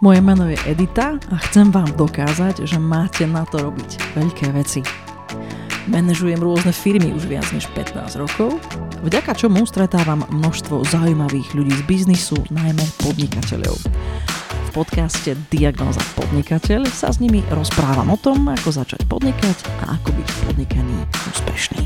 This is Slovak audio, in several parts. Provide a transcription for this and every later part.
Moje meno je Edita a chcem vám dokázať, že máte na to robiť veľké veci. Manažujem rôzne firmy už viac než 15 rokov, vďaka čomu stretávam množstvo zaujímavých ľudí z biznisu, najmä podnikateľov. V podcaste Diagnóza podnikateľ sa s nimi rozprávam o tom, ako začať podnikať a ako byť v podnikaní úspešný.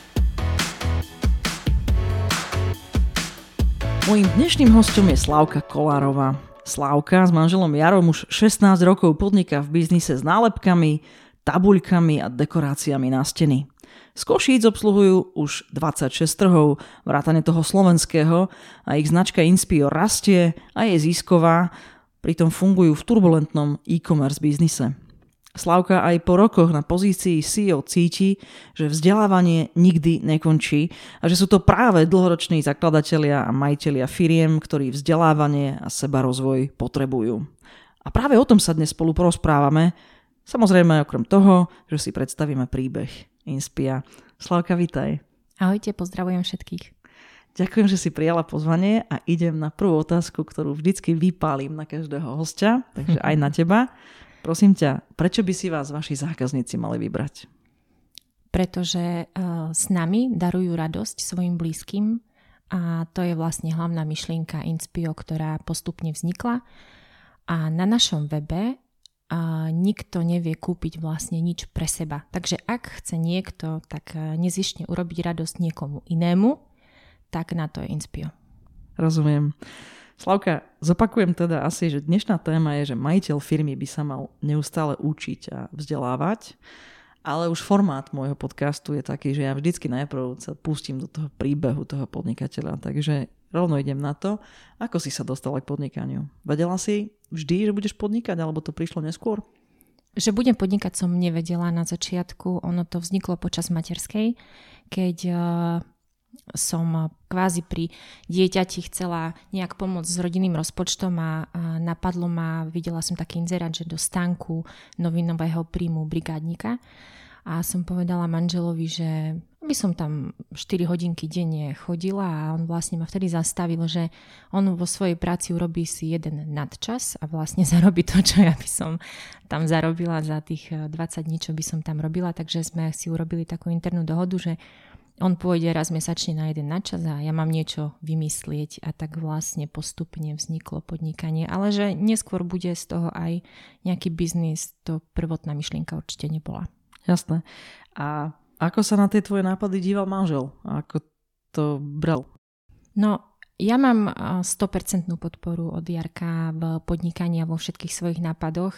Mojím dnešným hostom je Slavka Kolárová. Slávka s manželom Jarom už 16 rokov podniká v biznise s nálepkami, tabuľkami a dekoráciami na steny. Z Košíc obsluhujú už 26 trhov, vrátane toho slovenského, a ich značka Inspio rastie a je zisková, pritom fungujú v turbulentnom e-commerce biznise. Slavka aj po rokoch na pozícii CEO cíti, že vzdelávanie nikdy nekončí a že sú to práve dlhoroční zakladatelia a majitelia firiem, ktorí vzdelávanie a sebarozvoj potrebujú. A práve o tom sa dnes spolu porozprávame, samozrejme okrem toho, že si predstavíme príbeh Inspia. Slavka, vitaj. Ahojte, pozdravujem všetkých. Ďakujem, že si prijala pozvanie a idem na prvú otázku, ktorú vždycky vypálim na každého hostia, takže aj na teba. Prosím ťa, prečo by si vás vaši zákazníci mali vybrať? Pretože s nami darujú radosť svojim blízkym a to je vlastne hlavná myšlienka Inspio, ktorá postupne vznikla. A na našom webe nikto nevie kúpiť vlastne nič pre seba. Takže ak chce niekto tak nezištne urobiť radosť niekomu inému, tak na to je Inspio. Rozumiem. Slavka, zopakujem teda asi, že dnešná téma je, že majiteľ firmy by sa mal neustále učiť a vzdelávať, ale už formát môjho podcastu je taký, že ja vždycky najprv sa pustím do toho príbehu toho podnikateľa, takže rovno idem na to, ako si sa dostala k podnikaniu. Vedela si vždy, že budeš podnikať, alebo to prišlo neskôr? Že budem podnikať som nevedela na začiatku, ono to vzniklo počas materskej, keď som kvázi pri dieťati chcela nejak pomôcť s rodinným rozpočtom a napadlo ma, videla som taký inzerát, že do stánku novinového príjmu brigádnika a som povedala manželovi, že by som tam 4 hodinky denne chodila a on vlastne ma vtedy zastavil, že on vo svojej práci urobí si jeden nadčas a vlastne zarobí to, čo ja by som tam zarobila za tých 20 dní, čo by som tam robila, takže sme si urobili takú internú dohodu, že on pôjde raz mesačne na jeden nadčas a ja mám niečo vymyslieť a tak vlastne postupne vzniklo podnikanie. Ale že neskôr bude z toho aj nejaký biznis, to prvotná myšlienka určite nebola. Jasné. A ako sa na tie tvoje nápady díval manžel? Ako to bral? No, ja mám 100% podporu od Jarka v podnikaní a vo všetkých svojich nápadoch.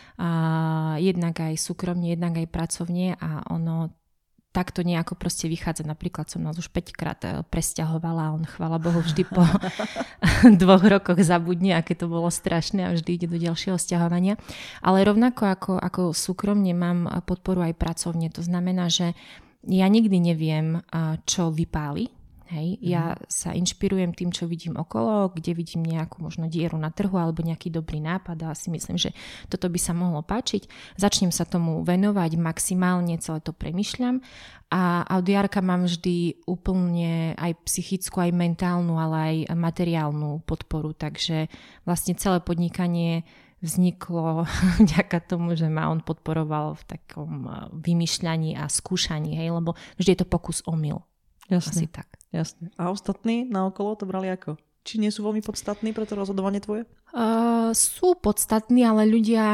Jednak aj súkromne, jednak aj pracovne a ono takto nejako proste vychádza. Napríklad som nás už 5-krát presťahovala a on, chvála Bohu, vždy po 2 rokoch zabudne, aké to bolo strašné a vždy ide do ďalšieho sťahovania. Ale rovnako ako súkromne mám podporu aj pracovne. To znamená, že ja nikdy neviem, čo vypáli. Hej, ja sa inšpirujem tým, čo vidím okolo, kde vidím nejakú možno dieru na trhu alebo nejaký dobrý nápad a si myslím, že toto by sa mohlo páčiť. Začnem sa tomu venovať maximálne, celé to premýšľam a od Jarka mám vždy úplne aj psychickú, aj mentálnu, ale aj materiálnu podporu, takže vlastne celé podnikanie vzniklo vďaka tomu, že ma on podporoval v takom vymýšľaní a skúšaní, hej, lebo vždy je to pokus omyl. Jasne. Asi tak. Jasne. A ostatní naokolo to brali ako? Či nie sú veľmi podstatní pre to rozhodovanie tvoje? Sú podstatní, ale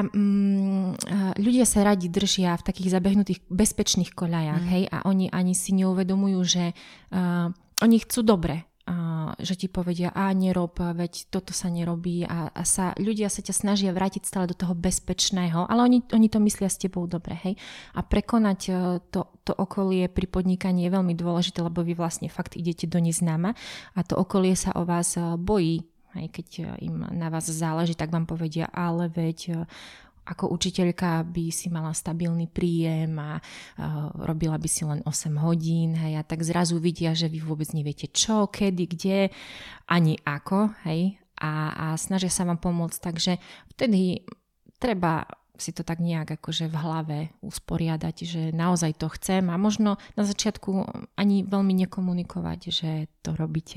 ľudia sa radi držia v takých zabehnutých bezpečných koľajách, hej, a oni ani si neuvedomujú, že oni chcú dobre. Že ti povedia, nerob, veď toto sa nerobí a ľudia sa ťa snažia vrátiť stále do toho bezpečného, ale oni to myslia s tebou dobre, hej. A prekonať to okolie pri podnikaní je veľmi dôležité, lebo vy vlastne fakt idete do neznáma a to okolie sa o vás bojí, hej. Keď im na vás záleží, tak vám povedia, ale veď ako učiteľka by si mala stabilný príjem a robila by si len 8 hodín, hej, a tak zrazu vidia, že vy vôbec neviete čo, kedy, kde, ani ako, hej, a snažia sa vám pomôcť, takže vtedy treba si to tak nejak akože v hlave usporiadať, že naozaj to chcem a možno na začiatku ani veľmi nekomunikovať, že to robíte.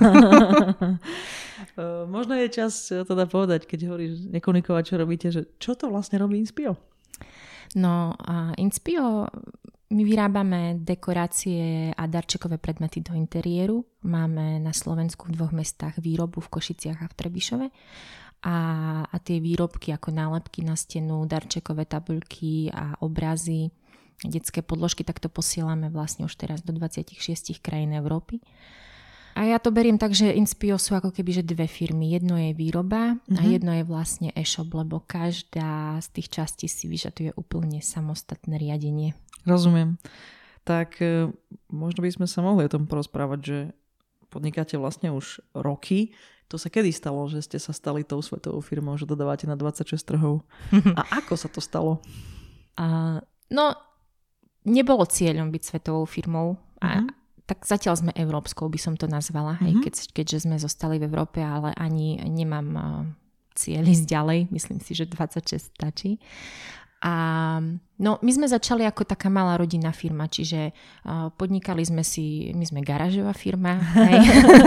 Možno je čas teda povedať, keď hovoríš nekomunikovať, čo robíte, že čo to vlastne robí Inspio? No, Inspio, my vyrábame dekorácie a darčekové predmety do interiéru. Máme na Slovensku v 2 mestách výrobu, v Košiciach a v Trebišove. A tie výrobky ako nálepky na stenu, darčekové tabuľky a obrazy, detské podložky, tak to posielame vlastne už teraz do 26 krajín Európy. A ja to beriem tak, že Inspio sú ako keby že 2 firmy. Jedno je výroba a jedno je vlastne e-shop, lebo každá z tých častí si vyžaduje úplne samostatné riadenie. Rozumiem. Tak možno by sme sa mohli o tom porozprávať, že podnikáte vlastne už roky. To sa kedy stalo, že ste sa stali tou svetovou firmou, že dodávate na 26 trhov? A ako sa to stalo? No, nebolo cieľom byť svetovou firmou. Tak zatiaľ sme európskou, by som to nazvala. Keďže sme zostali v Európe, ale ani nemám cieľ ísť ďalej. Myslím si, že 26 stačí. A no, my sme začali ako taká malá rodinná firma, čiže podnikali sme my sme garážová firma, hej,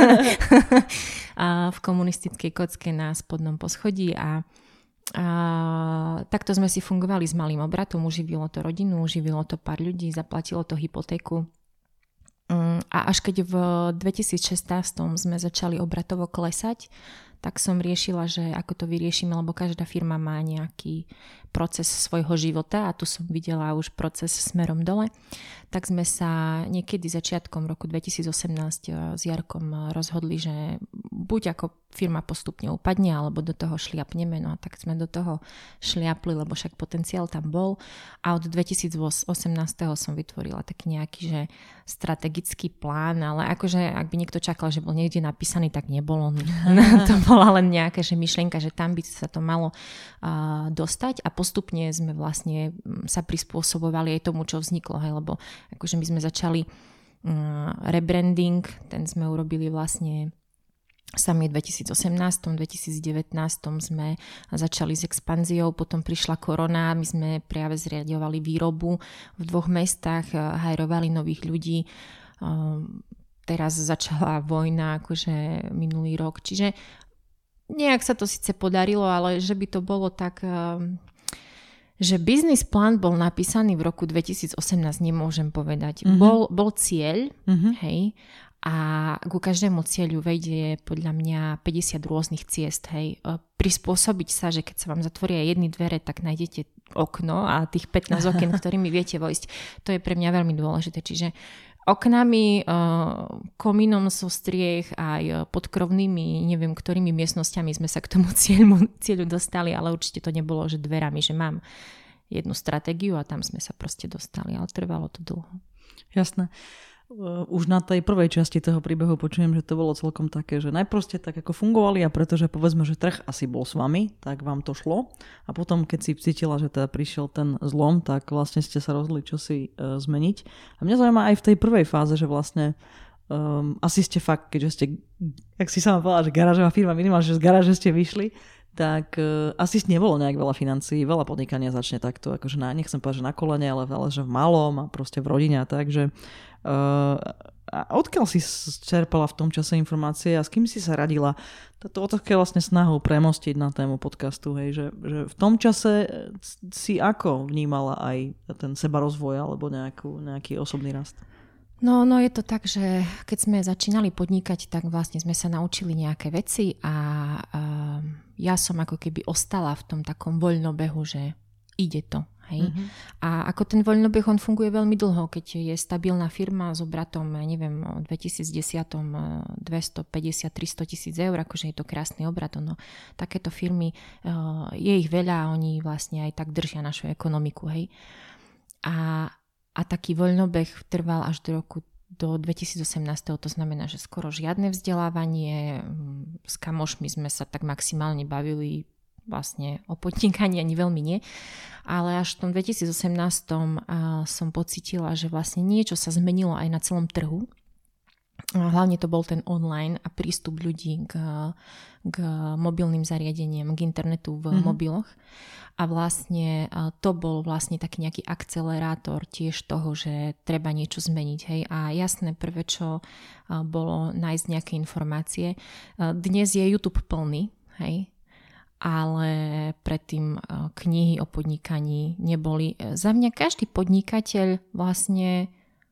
v komunistickej kocke na spodnom poschodí a takto sme si fungovali s malým obratom, uživilo to rodinu, uživilo to pár ľudí, zaplatilo to hypotéku. A až keď v 2016 sme začali obratovo klesať, tak som riešila, že ako to vyriešime, lebo každá firma má nejaký proces svojho života a tu som videla už proces smerom dole. Tak sme sa niekedy začiatkom roku 2018 s Jarkom rozhodli, že buď ako firma postupne upadne, alebo do toho šliapneme. No a tak sme do toho šliapli, lebo však potenciál tam bol. A od 2018 som vytvorila taký nejaký že strategický plán, ale akože ak by niekto čakal, že bol niekde napísaný, tak nebolo. To bola len nejaká že myšlienka, že tam by sa to malo dostať a postupne sme vlastne sa prispôsobovali aj tomu, čo vzniklo, hej, lebo akože my sme začali rebranding, ten sme urobili vlastne sami v 2018, 2019 sme začali s expanziou, potom prišla korona, my sme práve zriaďovali výrobu v 2 mestách, hajrovali nových ľudí, teraz začala vojna akože minulý rok, čiže nejak sa to síce podarilo, ale že by to bolo tak, že business plán bol napísaný v roku 2018, nemôžem povedať. Bol cieľ, hej, a ku každému cieľu vejde podľa mňa 50 rôznych ciest, hej. Prispôsobiť sa, že keď sa vám zatvoria jedny dvere, tak nájdete okno a tých 15 okien, ktorými viete vojsť, to je pre mňa veľmi dôležité. Čiže oknami, komínom zo striech aj podkrovnými, neviem ktorými miestnosťami sme sa k tomu cieľu dostali, ale určite to nebolo, že dverami, že mám jednu stratégiu a tam sme sa proste dostali, ale trvalo to dlho. Jasné. Už na tej prvej časti toho príbehu počujem, že to bolo celkom také, že najprv ste tak ako fungovali a pretože povedzme, že trh asi bol s vami, tak vám to šlo a potom keď si cítila, že teda prišiel ten zlom, tak vlastne ste sa rozhodli čosi zmeniť. A mňa zaujíma aj v tej prvej fáze, že vlastne asi ste fakt, keďže ste, jak si sama povedala, že garážová firma, minimálne, že z garáže ste vyšli, tak asi nebolo nejak veľa financií, veľa podnikania začne takto, akože nechcem povedať, že na kolene, ale že v malom a proste v rodine a tak, že a odkiaľ si čerpala v tom čase informácie a s kým si sa radila? Táto otázka je vlastne snahou premostiť na tému podcastu, hej, že v tom čase si ako vnímala aj ten sebarozvoj alebo nejaký osobný rast? No je to tak, že keď sme začínali podnikať, tak vlastne sme sa naučili nejaké veci a ja som ako keby ostala v tom takom voľnobehu, že ide to. Hej. A ako ten voľnobeh, on funguje veľmi dlho, keď je stabilná firma s obratom, neviem, v 2010 250-300 tisíc eur, akože je to krásny obrat. No, takéto firmy, je ich veľa a oni vlastne aj tak držia našu ekonomiku. Hej. A taký voľnobeh trval až do 2018, to znamená, že skoro žiadne vzdelávanie, s kamošmi sme sa tak maximálne bavili vlastne o podnikaní ani veľmi nie, ale až v tom 2018 som pocítila, že vlastne niečo sa zmenilo aj na celom trhu, Hlavne to bol ten online a prístup ľudí k mobilným zariadeniam, k internetu v mobiloch. A vlastne to bol vlastne taký nejaký akcelerátor tiež toho, že treba niečo zmeniť. Hej. A jasné, prvé, čo bolo nájsť nejaké informácie. Dnes je YouTube plný, hej, ale predtým knihy o podnikaní neboli. Za mňa každý podnikateľ vlastne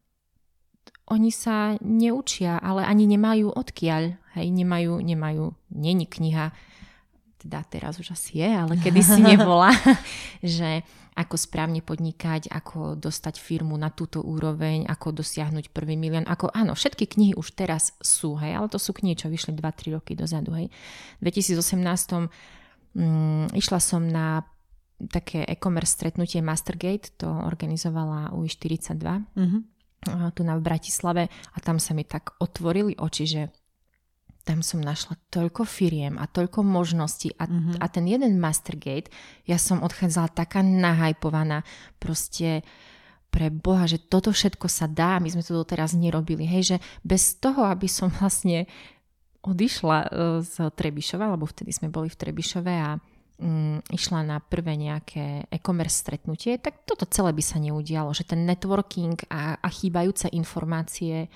oni sa neučia, ale ani nemajú odkiaľ. Hej, není kniha, teda teraz už asi je, ale kedysi nebola, že ako správne podnikať, ako dostať firmu na túto úroveň, ako dosiahnuť 1 milión. Áno, všetky knihy už teraz sú, hej, ale to sú knihy, čo vyšli 2-3 roky dozadu. Hej. V 2018 išla som na také e-commerce stretnutie Mastergate, to organizovala UI42. Tu v Bratislave a tam sa mi tak otvorili oči, že tam som našla toľko firiem a toľko možností a ten jeden Mastergate, ja som odchádzala taká nahajpovaná, proste pre Boha, že toto všetko sa dá, my sme to doteraz nerobili, hej, že bez toho, aby som vlastne odišla z Trebišova, lebo vtedy sme boli v Trebišove a išla na prvé nejaké e-commerce stretnutie, tak toto celé by sa neudialo, že ten networking a chýbajúce informácie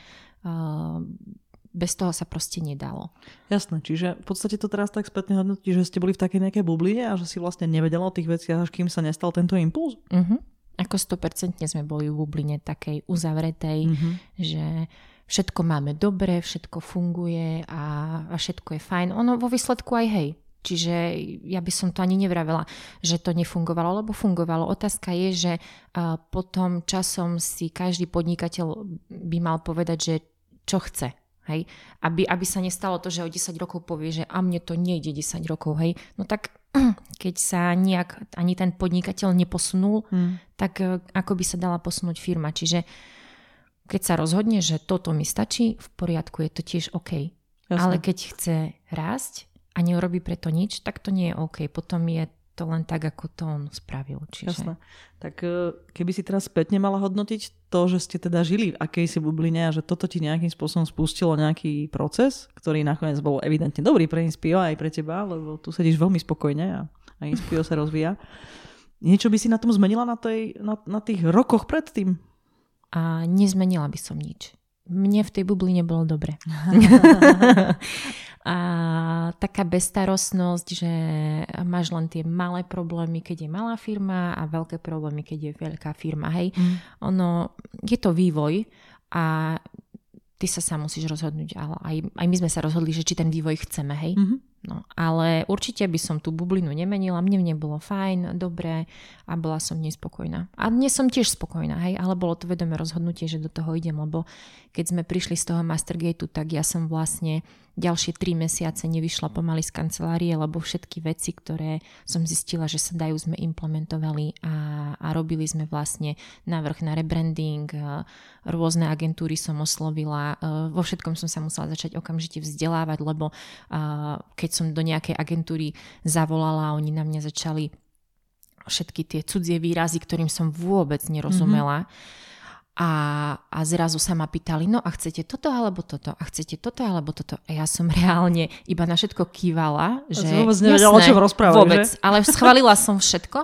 bez toho sa proste nedalo. Jasné, čiže v podstate to teraz tak spätne hodnotí, že ste boli v takej nejakej bubline a že si vlastne nevedela o tých veciach, až kým sa nestal tento impuls? Ako 100% sme boli v bubline takej uzavretej, že všetko máme dobre, všetko funguje a všetko je fajn. Ono vo výsledku aj hej. Čiže ja by som to ani nevravela, že to nefungovalo, lebo fungovalo. Otázka je, že potom časom si každý podnikateľ by mal povedať, že čo chce. Hej? Aby sa nestalo to, že o 10 rokov povie, že a mne to nejde 10 rokov. Hej? No tak keď sa nejak ani ten podnikateľ neposunul, tak ako by sa dala posunúť firma. Čiže keď sa rozhodne, že toto mi stačí, v poriadku, je to tiež OK. Jasne. Ale keď chce rásť a neurobí preto nič, tak to nie je OK. Potom je to len tak, ako to on spravil. Čiže... Jasné. Tak keby si teraz spätne mala hodnotiť to, že ste teda žili v akejsi bubline a že toto ti nejakým spôsobom spustilo nejaký proces, ktorý nakoniec bol evidentne dobrý pre Inspio aj pre teba, lebo tu sedíš veľmi spokojne a Inspio sa rozvíja. Niečo by si na tom zmenila na tých rokoch predtým? A nezmenila by som nič. Mne v tej bubline bolo dobre. A taká bezstarostnosť, že máš len tie malé problémy, keď je malá firma a veľké problémy, keď je veľká firma. Hej. Ono, je to vývoj a ty sa sám musíš rozhodnúť. Ale aj my sme sa rozhodli, že či ten vývoj chceme. Hej. No, ale určite by som tú bublinu nemenila, mne bolo fajn, dobré a bola som nespokojná. A dnes som tiež spokojná, hej, ale bolo to vedomé rozhodnutie, že do toho idem, lebo keď sme prišli z toho Mastergateu, tak ja som vlastne ďalšie 3 mesiace nevyšla pomaly z kancelárie, lebo všetky veci, ktoré som zistila, že sa dajú, sme implementovali a robili sme vlastne návrh na rebranding, rôzne agentúry som oslovila, vo všetkom som sa musela začať okamžite vzdelávať, lebo keď som do nejakej agentúry zavolala a oni na mňa začali všetky tie cudzie výrazy, ktorým som vôbec nerozumela. A zrazu sa ma pýtali, no a chcete toto alebo toto? A chcete toto alebo toto? A ja som reálne iba na všetko kývala. Že vôbec nevedela, o čom rozprávajú, vôbec, že? Ale schválila som všetko.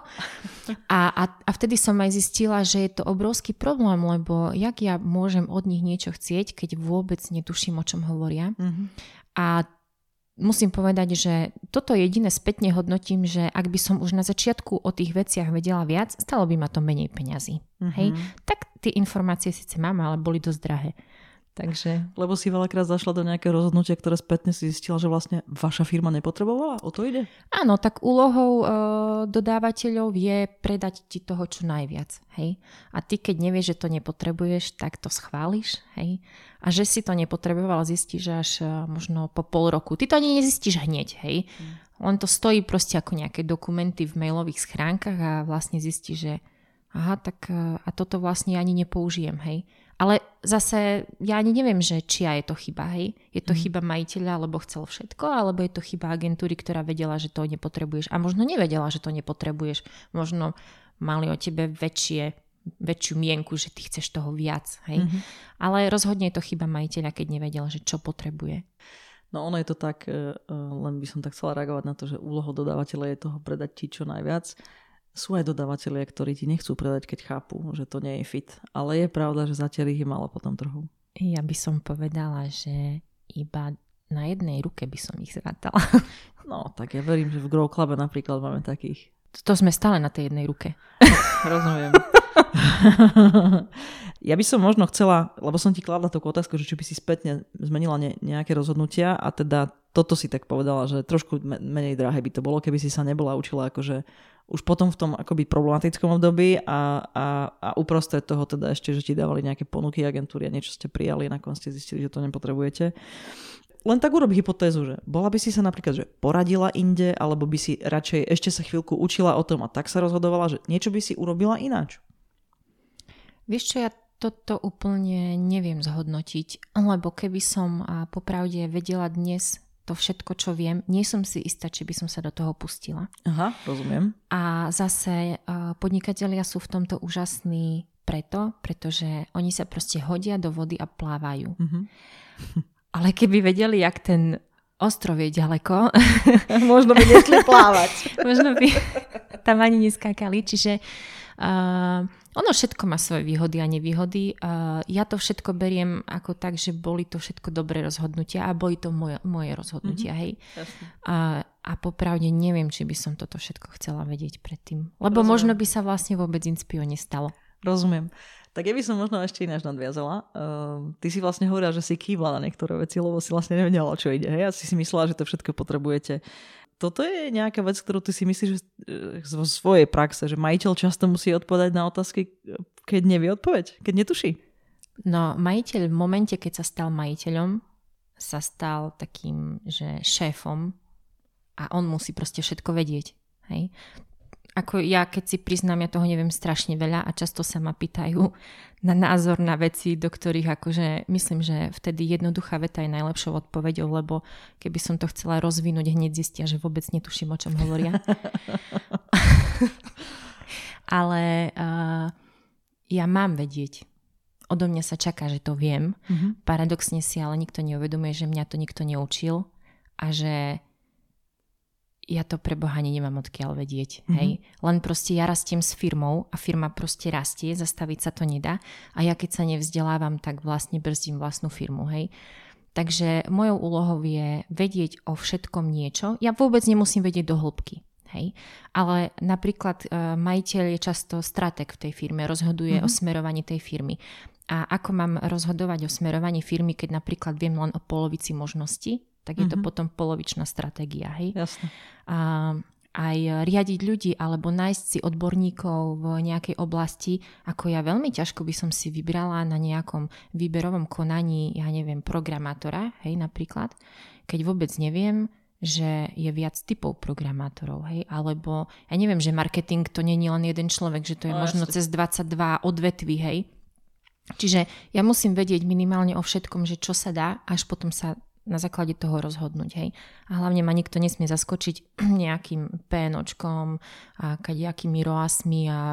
A vtedy som aj zistila, že je to obrovský problém, lebo jak ja môžem od nich niečo chcieť, keď vôbec netuším, o čom hovoria. A musím povedať, že toto jediné spätne hodnotím, že ak by som už na začiatku o tých veciach vedela viac, stalo by ma to menej peňazí. Hej? Tak tie informácie síce mám, ale boli dosť drahé. Takže... Lebo si veľakrát zašla do nejakého rozhodnutia, ktoré spätne si zistila, že vlastne vaša firma nepotrebovala? O to ide? Áno, tak úlohou dodávateľov je predať ti toho čo najviac. Hej? A ty, keď nevieš, že to nepotrebuješ, tak to schváliš. Hej? A že si to nepotreboval, zistíš až možno po pol roku. Ty to ani nezistíš hneď. Hej? Len to stojí proste ako nejaké dokumenty v mailových schránkach a vlastne zistíš, že aha, tak a toto vlastne ani nepoužijem. Hej? Ale zase ja ani neviem, že čia je to chyba, hej? Je to chyba majiteľa, lebo chcel všetko, alebo je to chyba agentúry, ktorá vedela, že to nepotrebuješ. A možno nevedela, že to nepotrebuješ. Možno mali o tebe väčšie väčšiu mienku, že ty chceš toho viac. Hej? Ale rozhodne je to chyba majiteľa, keď nevedel, že čo potrebuje. No ono je to tak, len by som tak chcela reagovať na to, že úlohou dodávateľa je toho predať ti čo najviac. Sú aj dodávateľia, ktorí ti nechcú predať, keď chápu, že to nie je fit. Ale je pravda, že zatiaľ ich je málo po tom trhu. Ja by som povedala, že iba na jednej ruke by som ich zrátala. No, tak ja verím, že v Grow Clube napríklad máme takých. To sme stále na tej jednej ruke. Rozumiem. Ja by som možno chcela, lebo som ti kladla takú otázku, že či by si spätne zmenila nejaké rozhodnutia a teda toto si tak povedala, že trošku menej drahé by to bolo, keby si sa nebola učila akože už potom v tom akoby problematickom období a uprostred toho teda ešte, že ti dávali nejaké ponuky agentúry a niečo ste prijali a nakon ste zistili, že to nepotrebujete. Len tak urob hypotézu, že bola by si sa napríklad že poradila inde, alebo by si radšej ešte sa chvíľku učila o tom a tak sa rozhodovala, že niečo by si urobila ináč. Vieš čo, ja toto úplne neviem zhodnotiť, lebo keby som popravde vedela dnes to všetko, čo viem, nie som si istá, či by som sa do toho pustila. Aha, rozumiem. A zase podnikatelia sú v tomto úžasní pretože oni sa proste hodia do vody a plávajú. Ale keby vedeli, jak ten ostrov je ďaleko, možno by nešli plávať. Možno by tam ani neskákali. Čiže ono všetko má svoje výhody a nevýhody. Ja to všetko beriem ako tak, že boli to všetko dobré rozhodnutia a boli to moje rozhodnutia. Hej. A popravde neviem, či by som toto všetko chcela vedieť predtým. Lebo možno by sa vlastne vôbec Inspio nestalo. Rozumiem. Tak ja by som možno ešte ináč nadviazala. Ty si vlastne hovorila, že si kývla na niektoré veci, lebo si vlastne nevedela, o čo ide. Hej? A si myslela, že to všetko potrebujete. Toto je nejaká vec, ktorú ty si myslíš zo svojej praxe, že majiteľ často musí odpovedať na otázky, keď nevie odpoveď, keď netuší? No, majiteľ v momente, keď sa stal majiteľom, sa stal takým, že šéfom a on musí proste všetko vedieť. Hej? Ako ja, keď si priznám, ja toho neviem strašne veľa a často sa ma pýtajú na názor na veci, do ktorých akože myslím, že vtedy jednoduchá veta je najlepšou odpoveďou, lebo keby som to chcela rozvinúť, hneď zistia, že vôbec netuším, o čom hovoria. Ale ja mám vedieť. Odo mňa sa čaká, že to viem. Paradoxne si ale nikto neuvedomuje, že mňa to nikto neučil a že ja to pre Boha nemám odkiaľ vedieť. Hej? Len proste ja rastiem s firmou a firma proste rastie, zastaviť sa to nedá a ja keď sa nevzdelávam, tak vlastne brzdím vlastnú firmu. Hej? Takže mojou úlohou je vedieť o všetkom niečo. Ja vôbec nemusím vedieť do hĺbky. Hej? Ale napríklad majiteľ je často stratég v tej firme, rozhoduje o smerovaní tej firmy. A ako mám rozhodovať o smerovaní firmy, keď napríklad viem len o polovici možností, tak je to potom polovičná stratégia. Hej? Jasne. Aj riadiť ľudí alebo nájsť si odborníkov v nejakej oblasti, ako ja veľmi ťažko by som si vybrala na nejakom výberovom konaní, ja neviem, programátora, hej, napríklad, keď vôbec neviem, že je viac typov programátorov, hej, alebo ja neviem, že marketing to nie je len jeden človek, že to je možno cez 22 odvetví, hej. Čiže ja musím vedieť minimálne o všetkom, že čo sa dá, až potom sa na základe toho rozhodnúť, hej. A hlavne ma nikto nesmie zaskočiť nejakým PNOčkom a kadejakými ROASmi a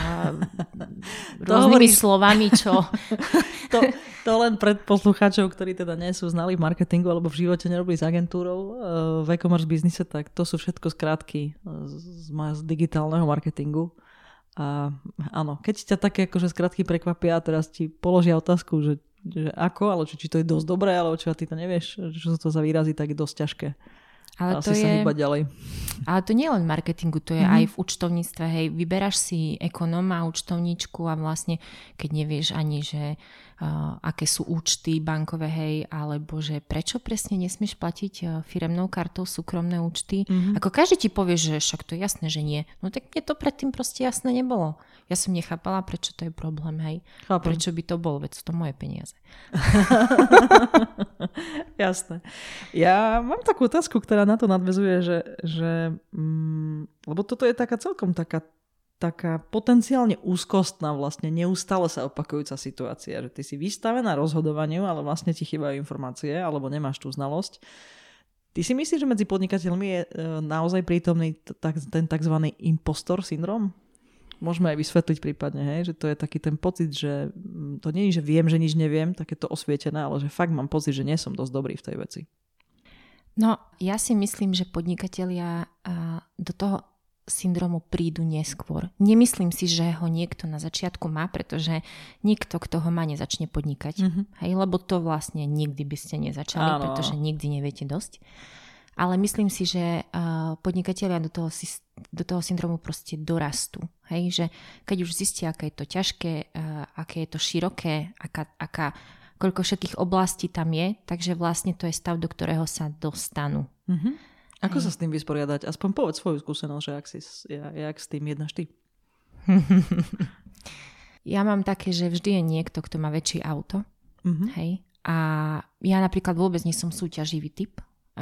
rôznymi slovami, čo... To len pred poslucháčov, ktorí teda nie sú znali v marketingu alebo v živote nerobili s agentúrou v e-commerce biznise, tak to sú všetko skrátky z digitálneho marketingu. A áno, keď ťa také akože skratky prekvapia a teraz ti položia otázku, že ako, ale či to je dosť dobré, alebo čo ty to nevieš, čo sú to za výrazy, tak je dosť ťažké. Ale asi sa hýbať ďalej. Ale to nie len v marketingu, to je aj v účtovníctve. Hej, vyberáš si ekonóma, účtovníčku a vlastne, keď nevieš ani, že aké sú účty bankové, hej, alebo že prečo presne nesmieš platiť firemnou kartou súkromné účty. Ako každý ti povie, že však to je jasné, že nie. No tak mne to predtým proste jasné nebolo. Ja som nechápala, prečo to je problém, hej. Chápem. Prečo by to bol, veď sú to moje peniaze. Jasné. Ja mám takú otázku, ktorá na to nadväzuje, lebo toto je taká celkom taká potenciálne úzkostná, vlastne neustále sa opakujúca situácia, že ty si vystavená rozhodovaniu, ale vlastne ti chýbajú informácie, alebo nemáš tú znalosť. Ty si myslíš, že medzi podnikateľmi je naozaj prítomný ten takzvaný impostor syndrom? môžeme aj vysvetliť prípadne, hej? Že to je taký ten pocit, že to nie je, že viem, že nič neviem, tak je to osvietené, ale že fakt mám pocit, že nie som dosť dobrý v tej veci. No, ja si myslím, že podnikatelia do toho syndromu prídu neskôr. Nemyslím si, že ho niekto na začiatku má, pretože nikto, kto ho má, nezačne podnikať. Hej, lebo to vlastne nikdy by ste nezačali, pretože nikdy neviete dosť. Ale myslím si, že podnikatelia do toho syndromu proste dorastú. Hej, že keď už zistia, aké je to ťažké, aké je to široké, koľko všetkých oblastí tam je, takže vlastne to je stav, do ktorého sa dostanú. Ako sa s tým vysporiadať? Aspoň povedz svoju skúsenosť, že jak s tým jednáš ty. Ja mám také, že vždy je niekto, kto má väčšie auto. Hej. A ja napríklad vôbec nie som súťaživý typ.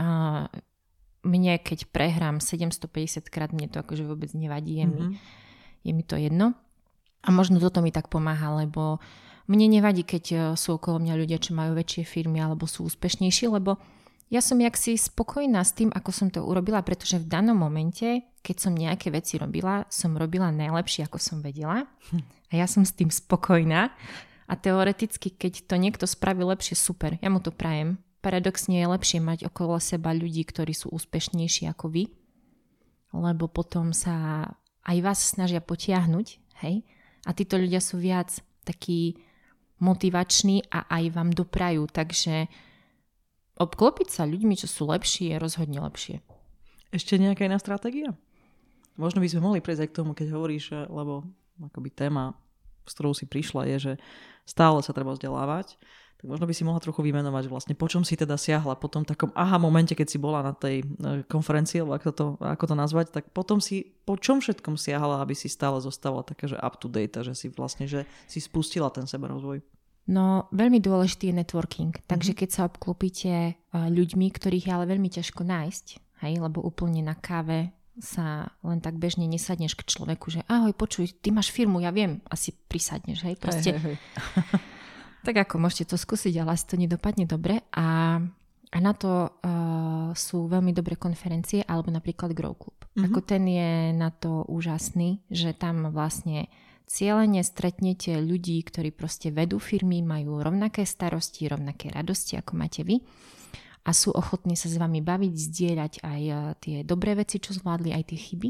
Mne, keď prehrám 750 krát, mne to akože vôbec nevadí. Je mi to jedno. A možno toto mi tak pomáha, lebo mne nevadí, keď sú okolo mňa ľudia, čo majú väčšie firmy alebo sú úspešnejší, lebo ja som jaksi spokojná s tým, ako som to urobila, pretože v danom momente, keď som nejaké veci robila, som robila najlepšie, ako som vedela. A ja som s tým spokojná. A teoreticky, keď to niekto spraví lepšie, super, ja mu to prajem. Paradoxne je lepšie mať okolo seba ľudí, ktorí sú úspešnejší ako vy, lebo potom sa aj vás snažia potiahnuť, hej? A títo ľudia sú viac takí motivační a aj vám doprajú, takže obklopiť sa ľuďmi, čo sú lepší, je rozhodne lepšie. Ešte nejaká iná stratégia? Možno by sme mohli prejsť aj k tomu, keď hovoríš, lebo akoby téma, s ktorou si prišla, je, že stále sa treba vzdelávať. Tak možno by si mohla trochu vymenovať vlastne, po čom si teda siahla po tom takom momente, keď si bola na tej konferencii, alebo ako to nazvať, tak potom si po čom všetkom siahala, aby si stále zostala taká, že up to date, že si vlastne, že si spustila ten sebarozvoj. No, veľmi dôležitý je networking. Takže keď sa obklopíte ľuďmi, ktorých je ale veľmi ťažko nájsť, hej, lebo úplne na káve sa len tak bežne nesadneš k človeku, že ahoj, počuj, ty máš firmu, ja viem, asi prisadneš, hej, proste. Hej. Tak ako môžete to skúsiť, ale asi to nedopadne dobre. A na to sú veľmi dobré konferencie, alebo napríklad Grow Club. Ako ten je na to úžasný, že tam vlastne cielene stretnete ľudí, ktorí proste vedú firmy, majú rovnaké starosti, rovnaké radosti, ako máte vy a sú ochotní sa s vami baviť, zdieľať aj tie dobré veci, čo zvládli, aj tie chyby.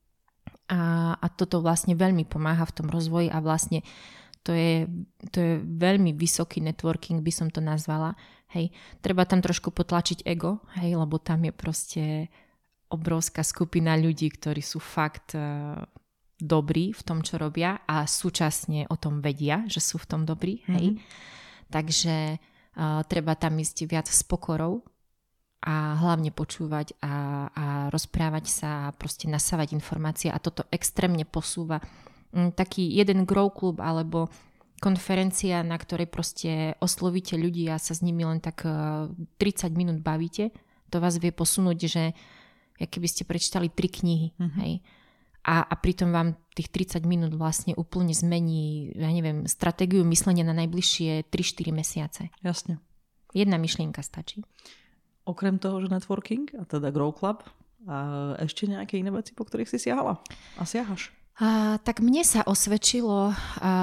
A toto vlastne veľmi pomáha v tom rozvoji a vlastne to je veľmi vysoký networking, by som to nazvala. Hej. Treba tam trošku potlačiť ego, hej, lebo tam je proste obrovská skupina ľudí, ktorí sú fakt dobrí v tom, čo robia a súčasne o tom vedia, že sú v tom dobrí. Hej. Takže treba tam ísť viac s pokorou a hlavne počúvať a rozprávať sa a proste nasávať informácie a toto extrémne posúva. Taký jeden Grow Club alebo konferencia, na ktorej proste oslovíte ľudí a sa s nimi len tak 30 minút bavíte, to vás vie posunúť, že keby ste prečítali 3 knihy. Hej. A pritom vám tých 30 minút vlastne úplne zmení, ja neviem, stratégiu myslenia na najbližšie 3-4 mesiace. Jasne. Jedna myšlienka stačí. Okrem toho, že networking, a teda Grow Club, a ešte nejaké iné veci, po ktorých si siahala? A siahaš? Tak mne sa osvedčilo,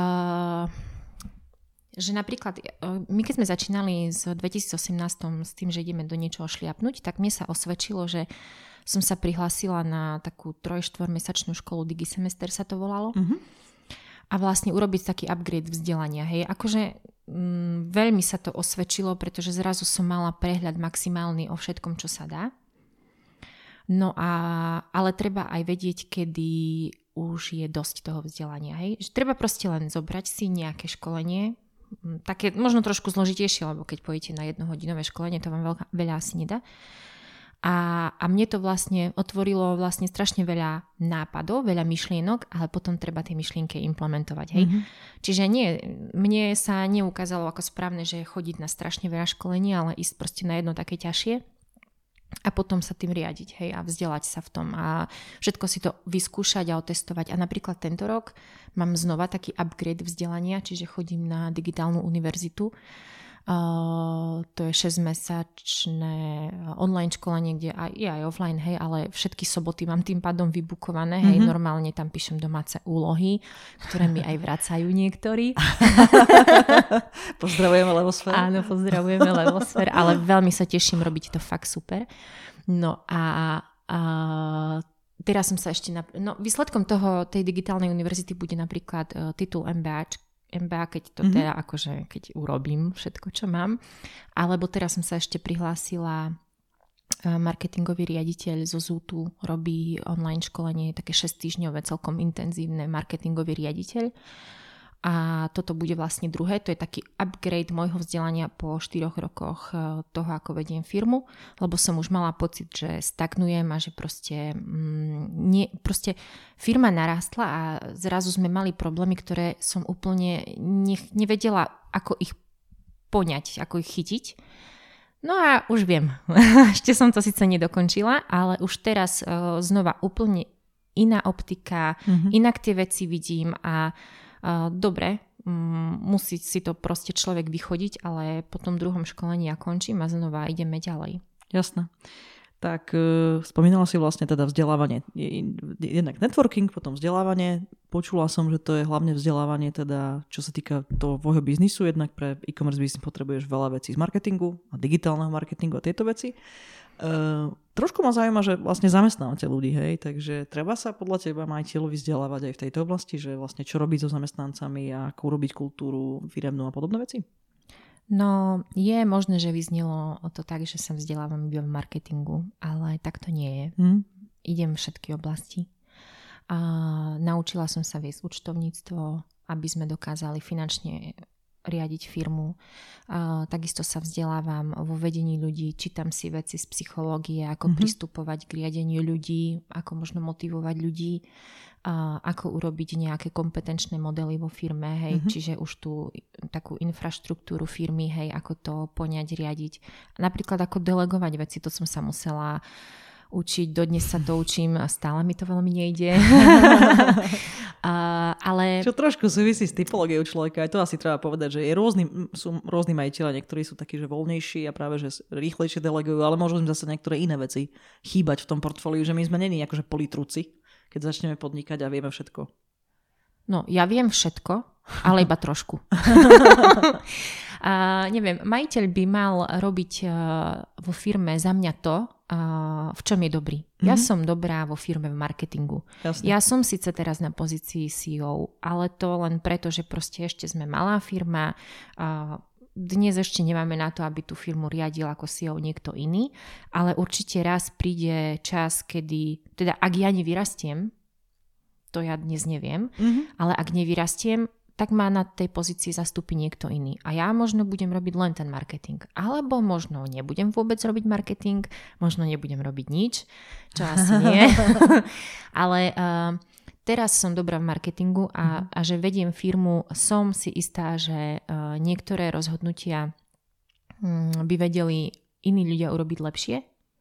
že napríklad my keď sme začínali v 2018 s tým, že ideme do niečoho šliapnúť, tak mne sa osvedčilo, že som sa prihlásila na takú 3-4 mesačnú školu Digisemester sa to volalo. A vlastne urobiť taký upgrade vzdelania. Hej. Akože veľmi sa to osvedčilo, pretože zrazu som mala prehľad maximálny o všetkom, čo sa dá. No ale treba aj vedieť, kedy už je dosť toho vzdelania. Hej. Že treba proste len zobrať si nejaké školenie, také možno trošku zložitejšie, lebo keď pôjdete na 1-hodinové školenie, to vám veľa asi nedá. A mne to vlastne otvorilo vlastne strašne veľa nápadov, veľa myšlienok, ale potom treba tie myšlienky implementovať. Hej? Čiže mne sa neukázalo ako správne, že chodiť na strašne veľa školení, ale ísť proste na jedno také ťažšie a potom sa tým riadiť, hej, a vzdelať sa v tom a všetko si to vyskúšať a otestovať. A napríklad tento rok mám znova taký upgrade vzdelania, čiže chodím na digitálnu univerzitu To je 6-mesačné online školenie, kde je aj offline, hej, ale všetky soboty mám tým pádom vybukované, hej, normálne tam píšem domáce úlohy, ktoré mi aj vracajú niektorí. Pozdravujeme Levosfér. Áno, pozdravujeme Levosfér, ale veľmi sa teším, robiť to fakt super. No a teraz som sa ešte... výsledkom tej digitálnej univerzity bude napríklad titul MBA, keď to teda akože, keď urobím všetko, čo mám. Alebo teraz som sa ešte prihlásila, marketingový riaditeľ zo Zútu robí online školenie, také 6-týždňové, celkom intenzívne, marketingový riaditeľ. A toto bude vlastne druhé, to je taký upgrade môjho vzdelania po 4 rokoch toho, ako vediem firmu, lebo som už mala pocit, že stagnujem a že proste firma narástla a zrazu sme mali problémy, ktoré som úplne nevedela, ako ich poňať, ako ich chytiť. No a už viem, ešte som to síce nedokončila, ale už teraz znova úplne iná optika, inak tie veci vidím a dobre, musí si to proste človek vychodiť, ale po tom druhom školení ja končím a znova ideme ďalej. Jasné. Tak spomínala si vlastne teda vzdelávanie. Jednak networking, potom vzdelávanie. Počula som, že to je hlavne vzdelávanie teda, čo sa týka toho tvojho biznisu. Jednak pre e-commerce business potrebuješ veľa vecí z marketingu a digitálneho marketingu a tieto veci. Trošku ma zaujíma, že vlastne zamestnávate ľudí, hej, takže treba sa podľa teba majiteľovi vzdelávať aj v tejto oblasti, že vlastne čo robiť so zamestnancami a ako urobiť kultúru firemnú a podobné veci? No, je možné, že vyznelo to tak, že sa vzdelávam iba v marketingu, ale tak to nie je. Idem všetky oblasti. A naučila som sa viesť účtovníctvo, aby sme dokázali finančne riadiť firmu. Takisto sa vzdelávam vo vedení ľudí, čítam si veci z psychológie, ako pristupovať k riadeniu ľudí, ako možno motivovať ľudí, ako urobiť nejaké kompetenčné modely vo firme, hej, čiže už tú takú infraštruktúru firmy, hej, ako to poňať, riadiť. Napríklad ako delegovať veci, to som sa musela učiť, dodnes sa to učím a stále mi to veľmi nejde. Ale... Čo trošku súvisí s typológiou človeka, aj to asi treba povedať, že sú rôzni majiteľa, niektorí sú takí, že voľnejší a práve, že rýchlejšie delegujú, ale môžu im zase niektoré iné veci chýbať v tom portfóliu, že my sme není akože politruci, keď začneme podnikať a vieme všetko. No, ja viem všetko, ale iba trošku. Neviem, majiteľ by mal robiť vo firme za mňa to, v čom je dobrý. Ja som dobrá vo firme v marketingu. Jasne. Ja som síce teraz na pozícii CEO, ale to len preto, že proste ešte sme malá firma. Dnes ešte nemáme na to, aby tú firmu riadil ako CEO niekto iný, ale určite raz príde čas, kedy, teda ak ja nevyrastiem, to ja dnes neviem, ale ak nevyrastiem, tak ma na tej pozícii zastúpi niekto iný. A ja možno budem robiť len ten marketing. Alebo možno nebudem vôbec robiť marketing, možno nebudem robiť nič, čo asi nie. Ale teraz som dobrá v marketingu a že vediem firmu, som si istá, že niektoré rozhodnutia by vedeli iní ľudia urobiť lepšie,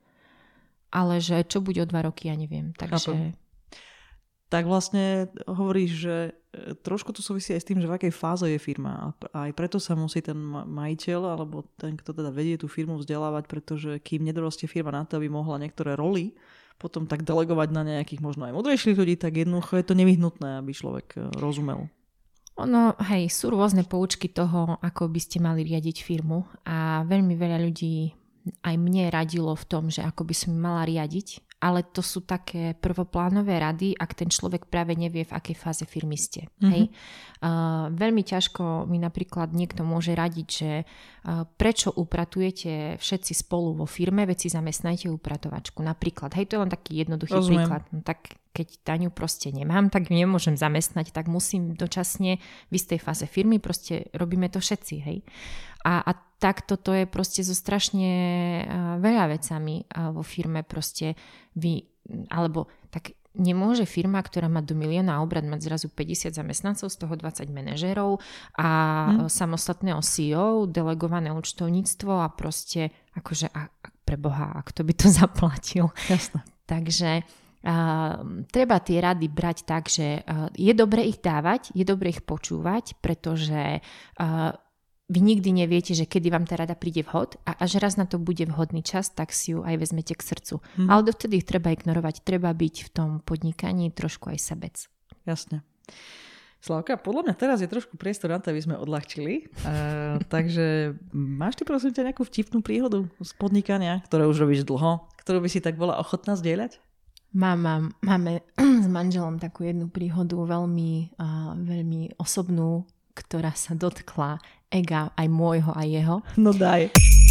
ale že čo bude o 2 roky, ja neviem. Takže... Tak vlastne hovoríš, že trošku to súvisí aj s tým, že v akej fáze je firma. A aj preto sa musí ten majiteľ, alebo ten, kto teda vedie tú firmu, vzdelávať, pretože kým nedorastie firma na to, aby mohla niektoré roly potom tak delegovať na nejakých možno aj múdrejších ľudí, tak jednoducho je to nevyhnutné, aby človek rozumel. Hej, sú rôzne poučky toho, ako by ste mali riadiť firmu a veľmi veľa ľudí aj mne radilo v tom, že ako by som mala riadiť, ale to sú také prvoplánové rady, ak ten človek práve nevie, v akej fáze firmy ste. Hej? Veľmi ťažko mi napríklad niekto môže radiť, že prečo upratujete všetci spolu vo firme, veď si zamestnajte upratovačku. Napríklad, hej, to je len taký jednoduchý príklad. No, tak keď Taňu proste nemám, tak nemôžem zamestnať, tak musím dočasne v istej fáze firmy, proste robíme to všetci, hej. A takto to je proste so strašne veľa vecami vo firme proste alebo tak nemôže firma, ktorá má do 1 milióna obrat, mať zrazu 50 zamestnancov, z toho 20 manažérov a samostatného CEO, delegované účtovníctvo a proste akože pre Boha, a kto by to zaplatil. Jasne. Takže treba tie rady brať tak, že je dobre ich dávať, je dobre ich počúvať, pretože vy nikdy neviete, že kedy vám tá rada príde vhod a až raz na to bude vhodný čas, tak si ju aj vezmete k srdcu. Ale dovtedy ich treba ignorovať. Treba byť v tom podnikaní trošku aj sebec. Jasne. Slavka, podľa mňa teraz je trošku priestor na to, aby sme odľahčili. Takže máš ty prosím ťa nejakú vtipnú príhodu z podnikania, ktoré už robíš dlho, ktorú by si tak bola ochotná zdieľať? Máme s manželom takú jednu príhodu veľmi osobnú, ktorá sa dotkla ega aj môjho a jeho. No daj.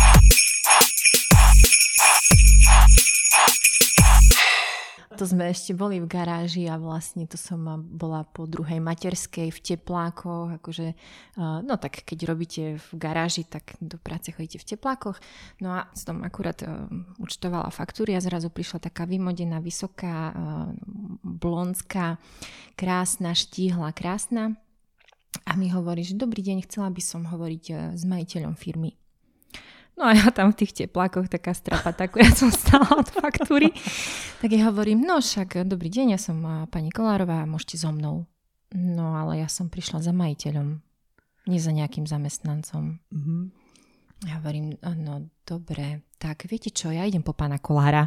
To sme ešte boli v garáži a vlastne to som bola po druhej materskej v teplákoch, akože, no tak keď robíte v garáži, tak do práce chodíte v teplákoch. No a som akurát účtovala faktúry a zrazu prišla taká vymodená, vysoká, blondská, krásna, štíhla, krásna a mi hovorí, že dobrý deň, chcela by som hovoriť s majiteľom firmy. No a ja tam v tých teplákoch taká strapatá, akurát som stála od faktúry. Tak ja hovorím, no však dobrý deň, ja som pani Kolárová, môžete so mnou. No ale ja som prišla za majiteľom, nie za nejakým zamestnancom. Mm-hmm. Ja hovorím, no dobre, tak viete čo, ja idem po pána Kolára.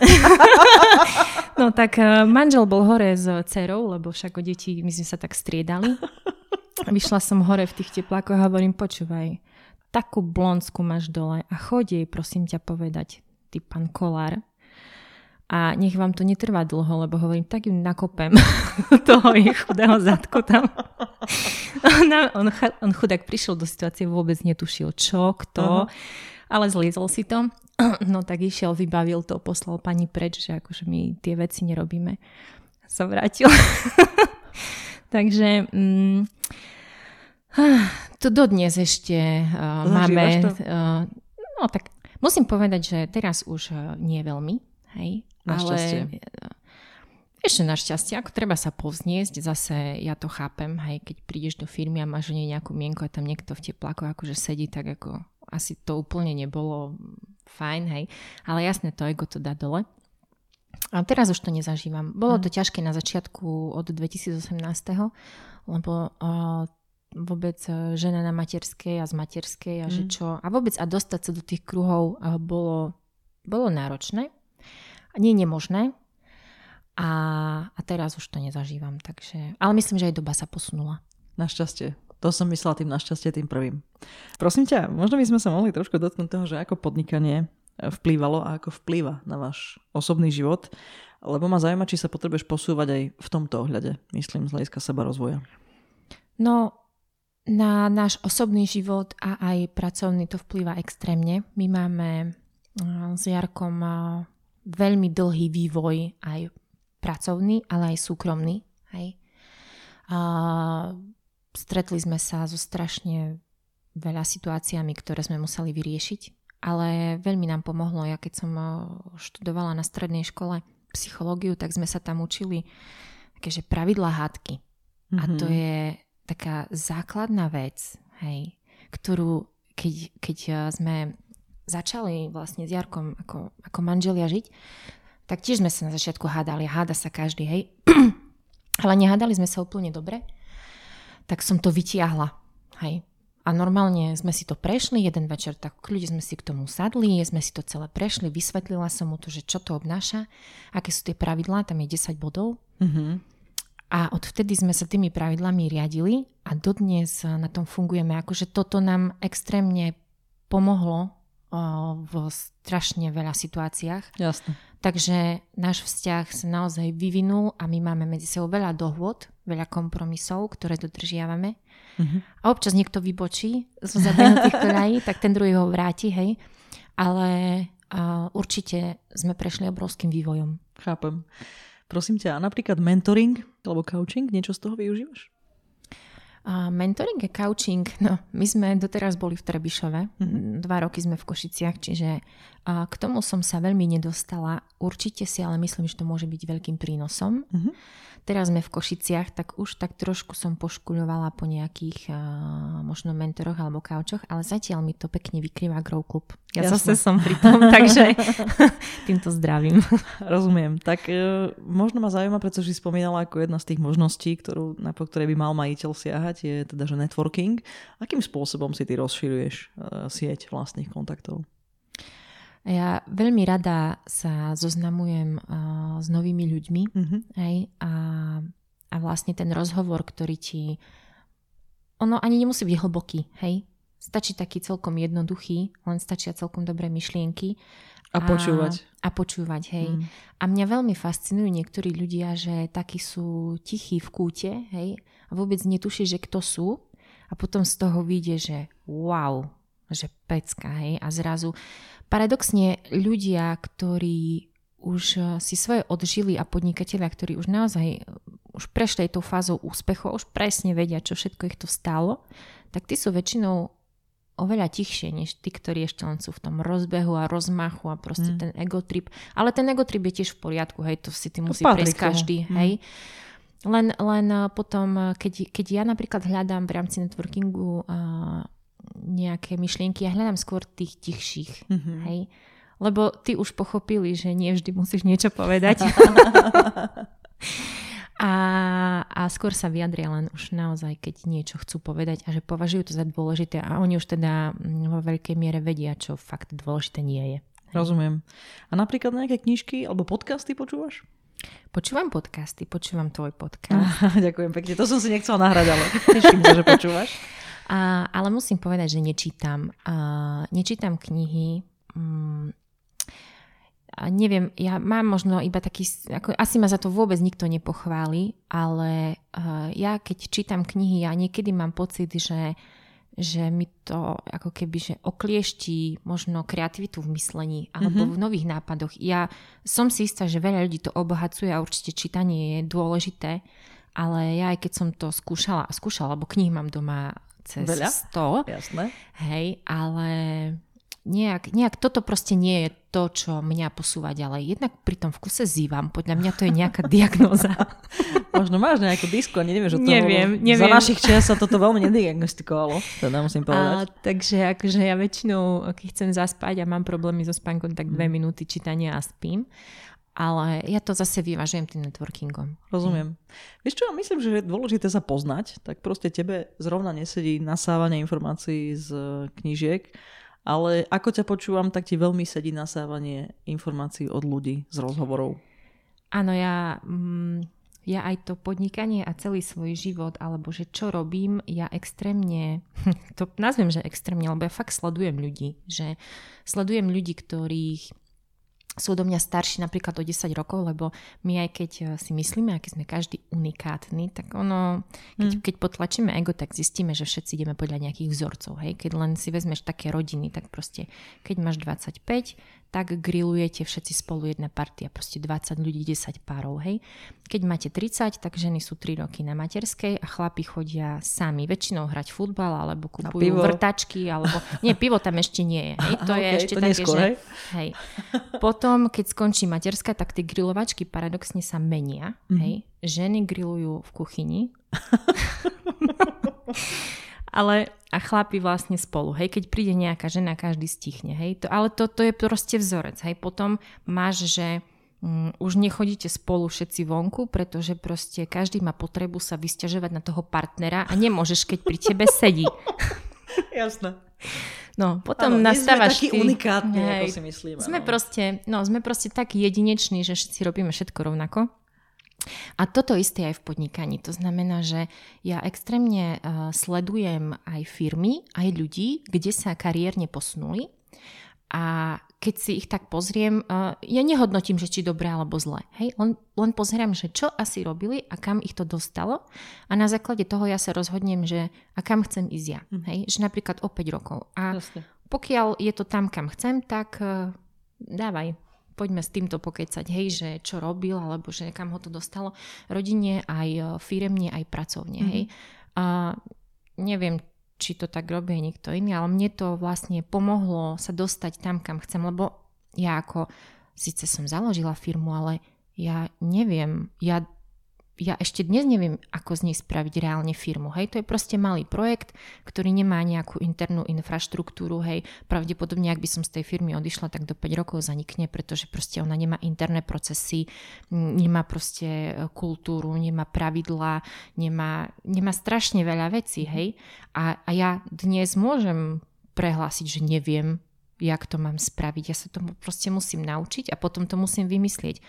No tak manžel bol hore s dcerou, lebo však o deti my sme sa tak striedali. Vyšla som hore v tých teplákoch a hovorím, počúvaj, takú blondsku máš dole a chodí jej, prosím ťa, povedať, ty pán Kolár. A nech vám to netrvá dlho, lebo hovorím, tak ju nakopem toho jej chudého zadku tam. On chudák prišiel do situácie, vôbec netušil čo, kto, ale zliezol si to. No tak išiel, vybavil to, poslal pani preč, že akože my tie veci nerobíme. Sa vrátil. Takže... to dodnes ešte máme. No tak musím povedať, že teraz už nie veľmi. Hej, našťastie. Ešte našťastie, ako treba sa povzniesť, zase ja to chápem, hej, keď prídeš do firmy a máš nejakú mienku a tam niekto v teplákoch akože sedí, tak ako asi to úplne nebolo fajn, hej. Ale jasne, to ego to dá dole. A teraz už to nezažívam. Bolo to ťažké na začiatku od 2018, lebo vôbec žena na materskej a z materskej a že čo. A vôbec a dostať sa do tých kruhov bolo náročné. Nie nemožné. A teraz už to nezažívam. Takže, ale myslím, že aj doba sa posunula. Našťastie. To som myslela tým našťastie tým prvým. Prosím ťa, možno by sme sa mohli trošku dotknúť toho, že ako podnikanie vplývalo a ako vplýva na váš osobný život. Lebo ma zaujíma, či sa potrebuješ posúvať aj v tomto ohľade. Myslím, z hľadiska sebarozvoja. No, na náš osobný život a aj pracovný to vplýva extrémne. My máme s Jarkom veľmi dlhý vývoj aj pracovný, ale aj súkromný. Hej. Stretli sme sa so strašne veľa situáciami, ktoré sme museli vyriešiť, ale veľmi nám pomohlo. Ja keď som študovala na strednej škole psychológiu, tak sme sa tam učili takéže pravidlá hádky. A to je taká základná vec, hej, ktorú keď sme začali vlastne s Jarkom ako manželia žiť, tak tiež sme sa na začiatku hádali. Háda sa každý, hej. Ale nehádali sme sa úplne dobre. Tak som to vytiahla, hej. A normálne sme si to prešli jeden večer, tak ľudia sme si k tomu sadli, sme si to celé prešli, vysvetlila som mu to, že čo to obnáša, aké sú tie pravidlá, tam je 10 bodov. A odvtedy sme sa tými pravidlami riadili a dodnes na tom fungujeme. Akože toto nám extrémne pomohlo v strašne veľa situáciách. Jasne. Takže náš vzťah sa naozaj vyvinul a my máme medzi sebou veľa dohôd, veľa kompromisov, ktoré dodržiavame. A občas niekto vybočí zo zabehnutých koľají, tak ten druhý ho vráti, hej. Ale určite sme prešli obrovským vývojom. Chápem. Prosím ťa, napríklad mentoring alebo coaching, niečo z toho využívaš? Mentoring a coaching, no my sme doteraz boli v Trebišove, 2 roky sme v Košiciach, čiže k tomu som sa veľmi nedostala. Určite si ale myslím, že to môže byť veľkým prínosom. teraz sme v Košiciach, tak už tak trošku som poškuľovala po nejakých možno mentoroch alebo kaučoch, ale zatiaľ mi to pekne vykrýva Grow Club. Ja zase som pri tom, takže týmto zdravím. Rozumiem. Tak možno ma zaujíma, pretože si spomínala ako jedna z tých možností, po ktorej by mal majiteľ siahať, je teda, že networking. Akým spôsobom si ty rozširuješ sieť vlastných kontaktov? Ja veľmi rada sa zoznamujem s novými ľuďmi, hej, a vlastne ten rozhovor, ktorý ti... Ono ani nemusí byť hlboký, hej. Stačí taký celkom jednoduchý, len stačia celkom dobré myšlienky. A počúvať. A počúvať, hej. A mňa veľmi fascinujú niektorí ľudia, že takí sú tichí v kúte, hej, a vôbec netuší, že kto sú. A potom z toho vyjde, že wow, že pecka, hej. A zrazu... Paradoxne ľudia, ktorí už si svoje odžili a podnikatelia, ktorí už naozaj už prešli tou fázou úspechu, už presne vedia, čo všetko ich to stálo, tak tí sú väčšinou oveľa tichšie, než tí, ktorí ešte len sú v tom rozbehu a rozmachu a proste ten egotrip. Ale ten egotrip je tiež v poriadku, hej, to si ty musí prejsť každý, hej. Len potom, keď ja napríklad hľadám v rámci networkingu nejaké myšlienky, ja hľadám skôr tých tichších, hej. Lebo ty už pochopili, že nie vždy musíš niečo povedať. a skôr sa vyjadria len už naozaj, keď niečo chcú povedať a že považujú to za dôležité a oni už teda vo veľkej miere vedia, čo fakt dôležité nie je. Rozumiem. A napríklad nejaké knižky alebo podcasty počúvaš? Počúvam podcasty, počúvam tvoj podcast. Ďakujem pekne, to som si nechcela nahrať, ale teším sa, že počúvaš. Ale musím povedať, že nečítam. Nečítam knihy. Neviem, ja mám možno iba taký... asi ma za to vôbec nikto nepochváli, ale ja keď čítam knihy, ja niekedy mám pocit, že mi to ako keby že oklieští možno kreativitu v myslení alebo v nových nápadoch. Ja som si istá, že veľa ľudí to obohacuje a určite čítanie je dôležité, ale ja aj keď som to skúšala, lebo knih mám doma cez veľa? 100. Jasné. Hej, ale nejak toto proste nie je to, čo mňa posúva ďalej. Jednak pri tom vkuse zývam. Podľa mňa to je nejaká diagnóza. Možno máš nejakú disku a nevieš o tom. Neviem. Za našich čias sa toto veľmi nediagnostikovalo. Teda musím povedať. Takže akože ja väčšinou, keď chcem zaspať a mám problémy so spánkom, tak 2 minúty čítania a spím. Ale ja to zase vyvážujem tým networkingom. Rozumiem. Vieš čo, ja myslím, že je dôležité sa poznať, tak proste tebe zrovna nesedí nasávanie informácií z knížiek, ale ako ťa počúvam, tak ti veľmi sedí nasávanie informácií od ľudí z rozhovorov. Áno, ja aj to podnikanie a celý svoj život, alebo že čo robím, ja extrémne, to nazviem, že extrémne, lebo ja fakt sledujem ľudí, ktorých sú do mňa starší napríklad o 10 rokov, lebo my aj keď si myslíme, aký sme každý unikátny, tak ono, keď potlačíme ego, tak zistíme, že všetci ideme podľa nejakých vzorcov. Hej? Keď len si vezmeš také rodiny, tak proste, keď máš 25, tak grillujete všetci spolu jedna partia, proste 20 ľudí, 10 párov. Hej? Keď máte 30, tak ženy sú 3 roky na materskej a chlapi chodia sami väčšinou hrať futbal, alebo kupujú vrtačky, alebo... Nie, pivo tam ešte nie je. Hej? To je ešte to také, neskôr, že... Hej. Potom, keď skončí materská, tak tie grilovačky paradoxne sa menia. Hej? Ženy grillujú v kuchyni. A chlapi vlastne spolu. Hej? Keď príde nejaká žena, každý stichne. Hej? Ale to je proste vzorec. Hej? Potom máš, že už nechodíte spolu všetci vonku, pretože proste každý má potrebu sa vysťažovať na toho partnera a nemôžeš, keď pri tebe sedí. Jasné. No, potom nastávaš ty... unikátni, ako si myslíme. Sme proste tak jedineční, že všetci robíme všetko rovnako. A toto isté aj v podnikaní. To znamená, že ja extrémne sledujem aj firmy, aj ľudí, kde sa kariérne posunuli. A keď si ich tak pozriem, ja nehodnotím, že či dobré alebo zlé. Hej? Len pozerám, že čo asi robili a kam ich to dostalo. A na základe toho ja sa rozhodnem, že a kam chcem ísť ja. Hej? Že napríklad o 5 rokov. A pokiaľ je to tam, kam chcem, tak dávaj. Poďme s týmto pokecať, hej, že čo robil, alebo že kam ho to dostalo. Rodine, aj firemne, aj pracovne. Hej? A neviem, či to tak robí niekto iný, ale mne to vlastne pomohlo sa dostať tam, kam chcem, lebo ja síce som založila firmu, ale ja neviem, ja ja ešte dnes neviem, ako z nej spraviť reálne firmu. Hej, to je proste malý projekt, ktorý nemá nejakú internú infraštruktúru. Hej, pravdepodobne, ak by som z tej firmy odišla, tak do 5 rokov zanikne, pretože proste ona nemá interné procesy, nemá proste kultúru, nemá pravidlá, nemá strašne veľa vecí. Hej, a ja dnes môžem prehlásiť, že neviem, jak to mám spraviť. Ja sa tomu proste musím naučiť a potom to musím vymyslieť.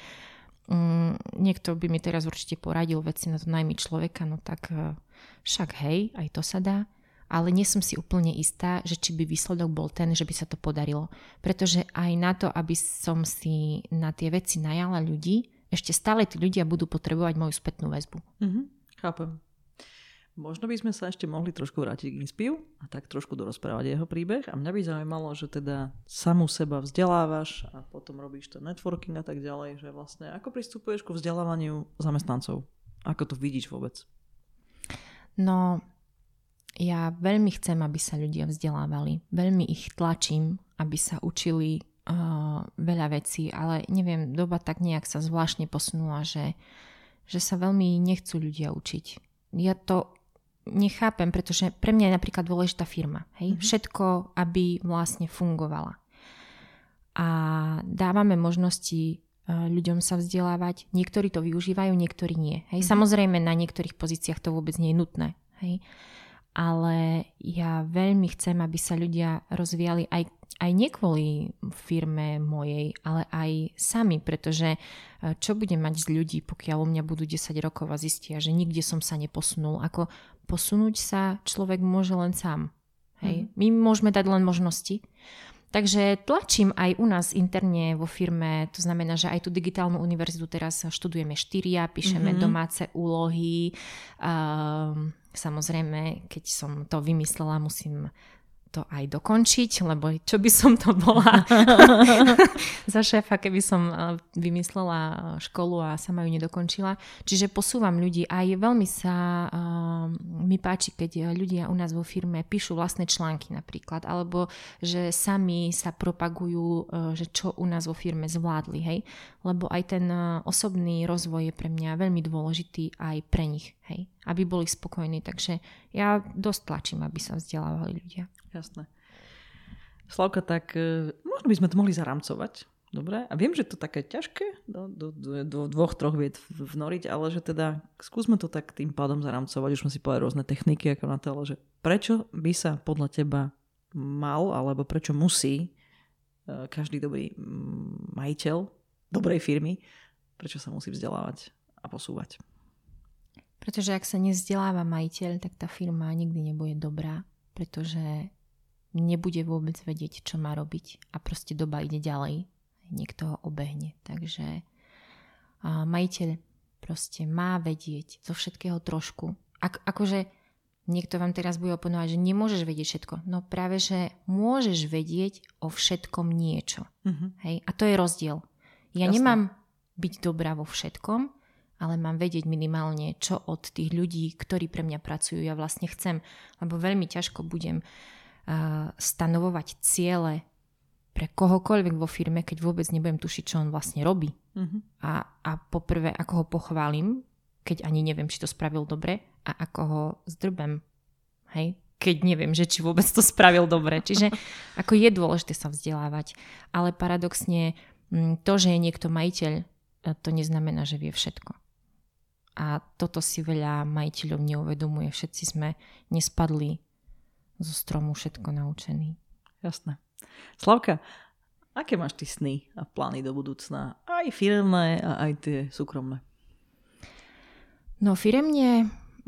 Niekto by mi teraz určite poradil, veci na to najmä človeka, no tak však hej, aj to sa dá, ale nie som si úplne istá, že či by výsledok bol ten, že by sa to podarilo. Pretože aj na to, aby som si na tie veci najala ľudí, ešte stále tí ľudia budú potrebovať moju spätnú väzbu. Chápem. Možno by sme sa ešte mohli trošku vrátiť k Inspiu a tak trošku dorozprávať jeho príbeh. A mňa by zaujímalo, že teda samú seba vzdelávaš a potom robíš ten networking a tak ďalej, že vlastne ako pristupuješ ku vzdelávaniu zamestnancov? Ako to vidíš vôbec? No, ja veľmi chcem, aby sa ľudia vzdelávali. Veľmi ich tlačím, aby sa učili veľa vecí, ale neviem, doba tak nejak sa zvláštne posunula, že sa veľmi nechcú ľudia učiť. Ja to nechápem, pretože pre mňa je napríklad dôležitá firma. Hej? Všetko, aby vlastne fungovala. A dávame možnosti ľuďom sa vzdelávať. Niektorí to využívajú, niektorí nie. Hej? Samozrejme, na niektorých pozíciách to vôbec nie je nutné. Hej? Ale ja veľmi chcem, aby sa ľudia rozvíjali aj nie kvôli firme mojej, ale aj sami, pretože čo budem mať z ľudí, pokiaľ u mňa budú 10 rokov a zistia, že nikde som sa neposunul. Ako posunúť sa človek môže len sám. Hej? My môžeme dať len možnosti. Takže tlačím aj u nás interne vo firme, to znamená, že aj tú digitálnu univerzitu teraz študujeme 4, píšeme domáce úlohy. Samozrejme, keď som to vymyslela, musím to aj dokončiť, lebo čo by som to bola za šéfa, keby som vymyslela školu a sama ju nedokončila. Čiže posúvam ľudí. Aj veľmi sa mi páči, keď ľudia u nás vo firme píšu vlastné články napríklad, alebo že sami sa propagujú, že čo u nás vo firme zvládli. Hej? Lebo aj ten osobný rozvoj je pre mňa veľmi dôležitý aj pre nich. Hej? Aby boli spokojní. Takže ja dosť tlačím, aby sa vzdelávali ľudia. Jasné. Slavka, tak možno by sme to mohli zaramcovať. Dobre? A viem, že to také ťažké do 2-3 viet vnoriť, ale že teda skúsme to tak tým pádom zaramcovať. Už sme si povedali rôzne techniky ako na to, že prečo by sa podľa teba mal, alebo prečo musí každý dobrý majiteľ dobrej firmy, prečo sa musí vzdelávať a posúvať? Pretože ak sa nevzdeláva majiteľ, tak tá firma nikdy nebude dobrá, pretože nebude vôbec vedieť, čo má robiť a proste doba ide ďalej. Niekto ho obehne. Takže majiteľ proste má vedieť zo všetkého trošku. Akože niekto vám teraz bude oponovať, že nemôžeš vedieť všetko. No práve, že môžeš vedieť o všetkom niečo. Hej? A to je rozdiel. Ja nemám byť dobrá vo všetkom, ale mám vedieť minimálne, čo od tých ľudí, ktorí pre mňa pracujú, ja vlastne chcem. Lebo veľmi ťažko budem stanovovať ciele pre kohokoľvek vo firme, keď vôbec nebudem tušiť, čo on vlastne robí. A poprvé, ako ho pochválim, keď ani neviem, či to spravil dobre, a ako ho zdrbem, hej? Keď neviem, že či vôbec to spravil dobre. Čiže ako je dôležité sa vzdelávať. Ale paradoxne to, že je niekto majiteľ, to neznamená, že vie všetko. A toto si veľa majiteľov neuvedomuje. Všetci sme nespadli zo stromu všetko naučení. Jasné. Slavka, aké máš ty sny a plány do budúcna? Aj firemné a aj tie súkromné. No firemne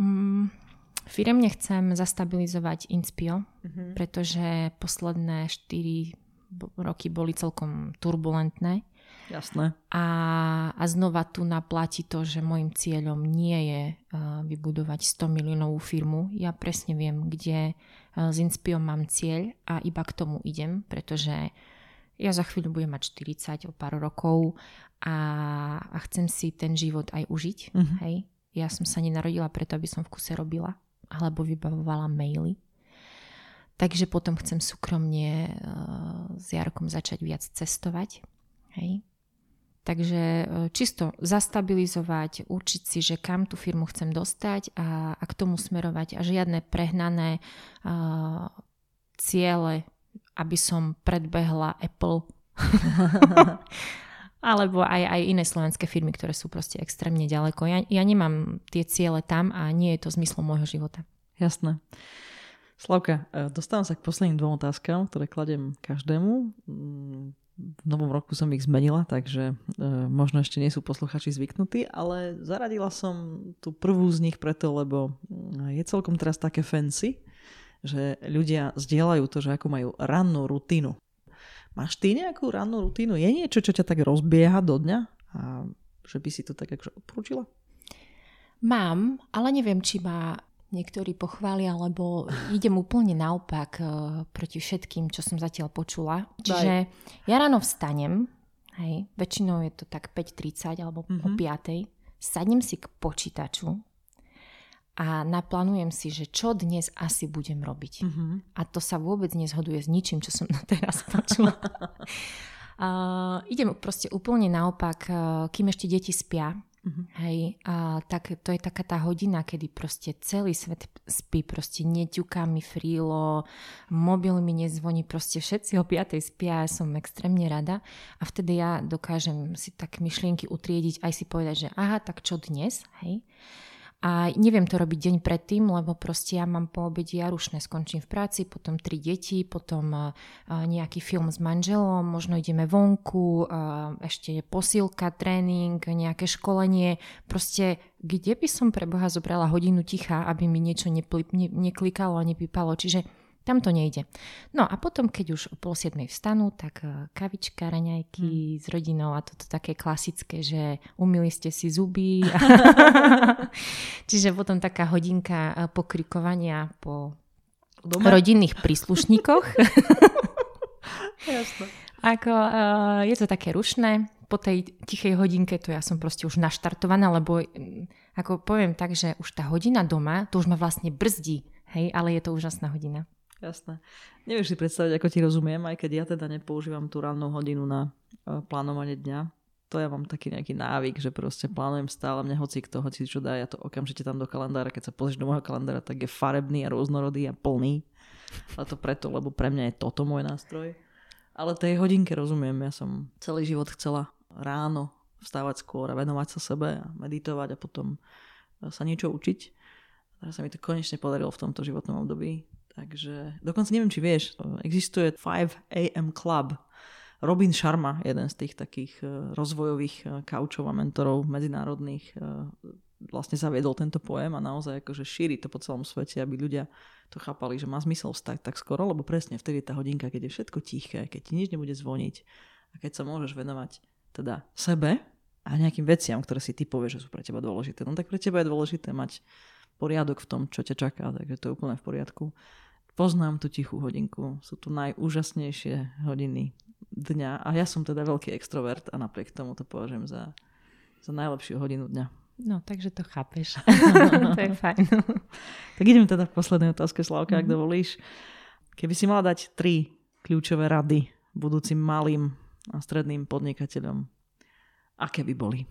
chcem zastabilizovať Inspio, pretože posledné 4 roky boli celkom turbulentné. Jasné. A znova tu naplatí to, že môjim cieľom nie je vybudovať 100 miliónovú firmu. Ja presne viem, kde s Inspiom mám cieľ a iba k tomu idem, pretože ja za chvíľu budem mať 40 o pár rokov a chcem si ten život aj užiť. Hej? Ja som sa nenarodila preto, aby som v kuse robila alebo vybavovala maily. Takže potom chcem súkromne s Jarkom začať viac cestovať. Hej? Takže čisto zastabilizovať, určiť si, že kam tú firmu chcem dostať a k tomu smerovať a žiadne prehnané ciele, aby som predbehla Apple alebo aj iné slovenské firmy, ktoré sú proste extrémne ďaleko. Ja nemám tie ciele tam a nie je to zmyslom môjho života. Jasné. Slavka, dostávam sa k posledným 2 otázkam, ktoré kladiem každému. V novom roku som ich zmenila, takže možno ešte nie sú posluchači zvyknutí, ale zaradila som tú prvú z nich preto, lebo je celkom teraz také fancy, že ľudia zdieľajú to, že ako majú rannú rutinu. Máš ty nejakú rannú rutinu? Je niečo, čo ťa tak rozbieha do dňa? A že by si to tak akože odporúčila? Mám, ale neviem, či ma niektorí pochvália, lebo idem úplne naopak proti všetkým, čo som zatiaľ počula. Čiže ja ráno vstanem, hej, väčšinou je to tak 5:30 alebo o 5:00, sadnem si k počítaču a naplánujem si, že čo dnes asi budem robiť. A to sa vôbec nezhoduje s ničím, čo som teraz počula. Idem proste úplne naopak, kým ešte deti spia. Hej, a tak to je taká tá hodina, kedy proste celý svet spí, proste neťuká mi frýlo, mobil mi nezvoní, proste všetci o 5:00 spia, ja som extrémne rada a vtedy ja dokážem si tak myšlienky utriediť, aj si povedať, že aha, tak čo dnes, hej. A neviem to robiť deň predtým, lebo proste ja mám po obede jarušné, skončím v práci, potom 3 deti, potom nejaký film s manželom, možno ideme vonku, ešte je posilka, tréning, nejaké školenie. Proste kde by som pre Boha zobrala hodinu ticha, aby mi niečo neklikalo a nepípalo. Čiže tam to nejde. No a potom, keď už o 6:30 vstanú, tak kavička, raňajky s rodinou a toto také klasické, že umyli ste si zuby. Čiže potom taká hodinka pokrikovania po rodinných príslušníkoch. Jasné. Je to také rušné. Po tej tichej hodinke to ja som proste už naštartovaná, lebo ako poviem tak, že už tá hodina doma, to už ma vlastne brzdí. Hej, ale je to úžasná hodina. Jasné. Nevieš si predstaviť, ako ti rozumiem, aj keď ja teda nepoužívam tú rannú hodinu na plánovanie dňa. To ja mám taký nejaký návyk, že proste plánujem stále, mne hoci čo dá, ja to okamžite tam do kalendára, keď sa pozrieš do môjho kalendára, tak je farebný a rôznorodý a plný. Ale to preto, lebo pre mňa je toto môj nástroj. Ale tej hodinke rozumiem, ja som celý život chcela ráno vstávať skôr a venovať sa sebe a meditovať a potom sa niečo učiť. Teraz sa mi to konečne podarilo v tomto životnom období. Takže dokonca neviem, či vieš, existuje 5 AM Club. Robin Sharma, jeden z tých takých rozvojových kaučov a mentorov medzinárodných, vlastne zaviedol tento pojem a naozaj akože šíri to po celom svete, aby ľudia to chápali, že má zmysel vstať tak skoro, lebo presne vtedy je tá hodinka, keď je všetko tiché, keď ti nič nebude zvoniť a keď sa môžeš venovať teda sebe a nejakým veciam, ktoré si ty povieš, že sú pre teba dôležité. No tak pre teba je dôležité mať poriadok v tom, čo ťa čaká, takže to je úplne v poriadku. Poznám tú tichú hodinku, sú tu najúžasnejšie hodiny dňa a ja som teda veľký extrovert a napriek tomu to považujem za najlepšiu hodinu dňa. No, takže to chápeš. To je fajn. Tak idem teda v poslednej otázke, Slavka, ak dovolíš. Keby si mala dať 3 kľúčové rady budúcim malým a stredným podnikateľom, aké by boli?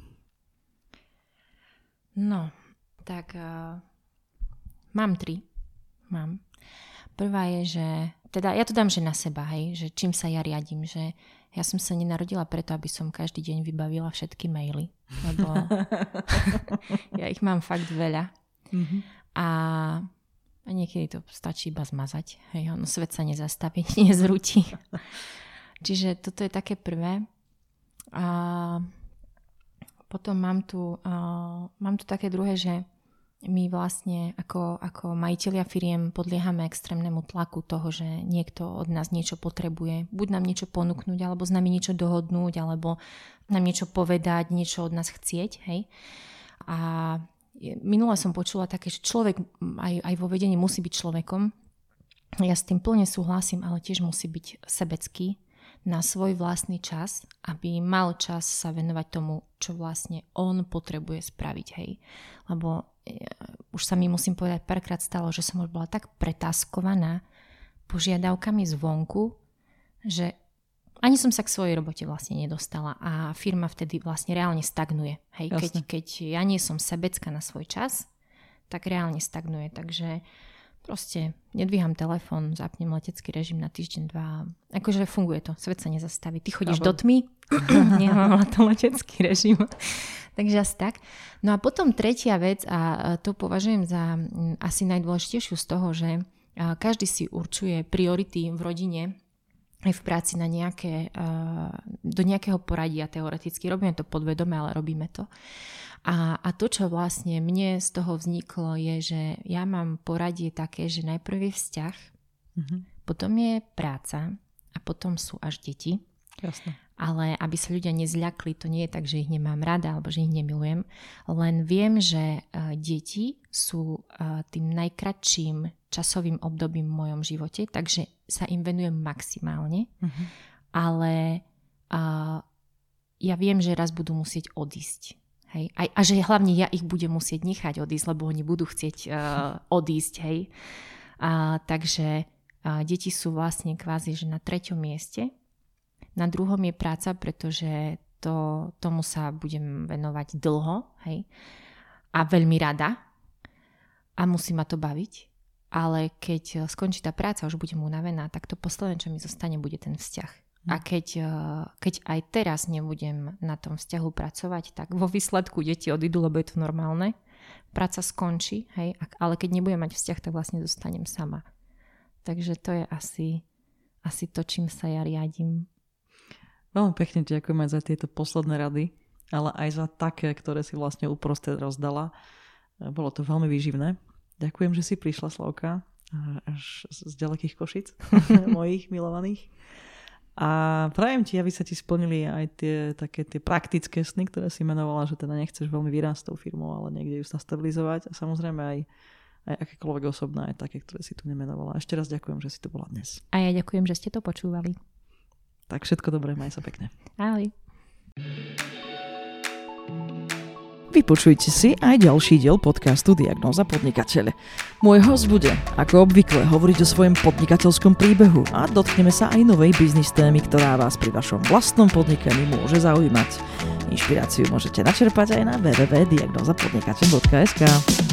No, tak mám 3. Mám. Prvá je, že teda ja to dám, že na seba, hej, že čím sa ja riadím, že ja som sa nenarodila preto, aby som každý deň vybavila všetky maily, lebo ja ich mám fakt veľa. A niekedy to stačí iba zmazať, hej, ono svet sa nezastaví, nezrúti. Čiže toto je také prvé. A potom mám tu také druhé, že my vlastne ako majitelia firiem podliehame extrémnemu tlaku toho, že niekto od nás niečo potrebuje. Buď nám niečo ponúknuť, alebo s nami niečo dohodnúť, alebo nám niečo povedať, niečo od nás chcieť. Hej? A minule som počula také, že človek aj vo vedení musí byť človekom. Ja s tým plne súhlasím, ale tiež musí byť sebecký na svoj vlastný čas, aby mal čas sa venovať tomu, čo vlastne on potrebuje spraviť. Hej? Lebo už sa mi, musím povedať, párkrát stalo, že som už bola tak pretáskovaná požiadavkami zvonku, že ani som sa k svojej robote vlastne nedostala a firma vtedy vlastne reálne stagnuje. Hej, keď ja nie som sebecká na svoj čas, tak reálne stagnuje. Takže proste nedvíham telefón, zapnem letecký režim na týždeň, 2. Akože funguje to, svet sa nezastaví. Ty chodíš do tmy, nemám na to letecký režim. Takže asi tak. No a potom tretia vec, a to považujem za asi najdôležitejšiu z toho, že každý si určuje priority v rodine aj v práci na do nejakého poradia teoreticky. Robíme to podvedome, ale robíme to. A to, čo vlastne mne z toho vzniklo, je, že ja mám poradie také, že najprv je vzťah, potom je práca a potom sú až deti. Jasne. Ale aby sa ľudia nezľakli, to nie je tak, že ich nemám rada alebo že ich nemilujem. Len viem, že deti sú tým najkratším časovým obdobím v mojom živote, takže sa im venujem maximálne. Ale ja viem, že raz budú musieť odísť. Hej? A že hlavne ja ich budem musieť nechať odísť, lebo oni budú chcieť odísť. Hej? Takže deti sú vlastne kvázi že na 3. mieste. Na 2. je práca, pretože tomu sa budem venovať dlho, hej, a veľmi rada a musí ma to baviť, ale keď skončí tá práca, už budem unavená, tak to posledné, čo mi zostane, bude ten vzťah. A keď aj teraz nebudem na tom vzťahu pracovať, tak vo výsledku deti odídu, lebo je to normálne, práca skončí, hej, ale keď nebudem mať vzťah, tak vlastne zostanem sama. Takže to je asi to, čím sa ja riadím. Veľmi pekne ďakujem aj za tieto posledné rady, ale aj za také, ktoré si vlastne uprostred rozdala. Bolo to veľmi výživné. Ďakujem, že si prišla, Slavka, až z ďalekých Košic, mojich milovaných. A prajem ti, aby sa ti splnili aj tie praktické sny, ktoré si menovala, že teda nechceš veľmi vyrásť s tou firmou, ale niekde ju stabilizovať. A samozrejme aj akékoľvek osobné, aj také, ktoré si tu nemenovala. Ešte raz ďakujem, že si tu bola dnes. A ja ďakujem, že ste to počúvali. Tak všetko dobré, maj sa pekne. Ahoj. Vypočujte si aj ďalší diel podcastu Diagnóza podnikateľa. Môj host bude, ako obvykle, hovoriť o svojom podnikateľskom príbehu a dotkneme sa aj novej biznis témy, ktorá vás pri vašom vlastnom podnikaní môže zaujímať. Inšpiráciu môžete načerpať aj na www.diagnozapodnikateľ.sk.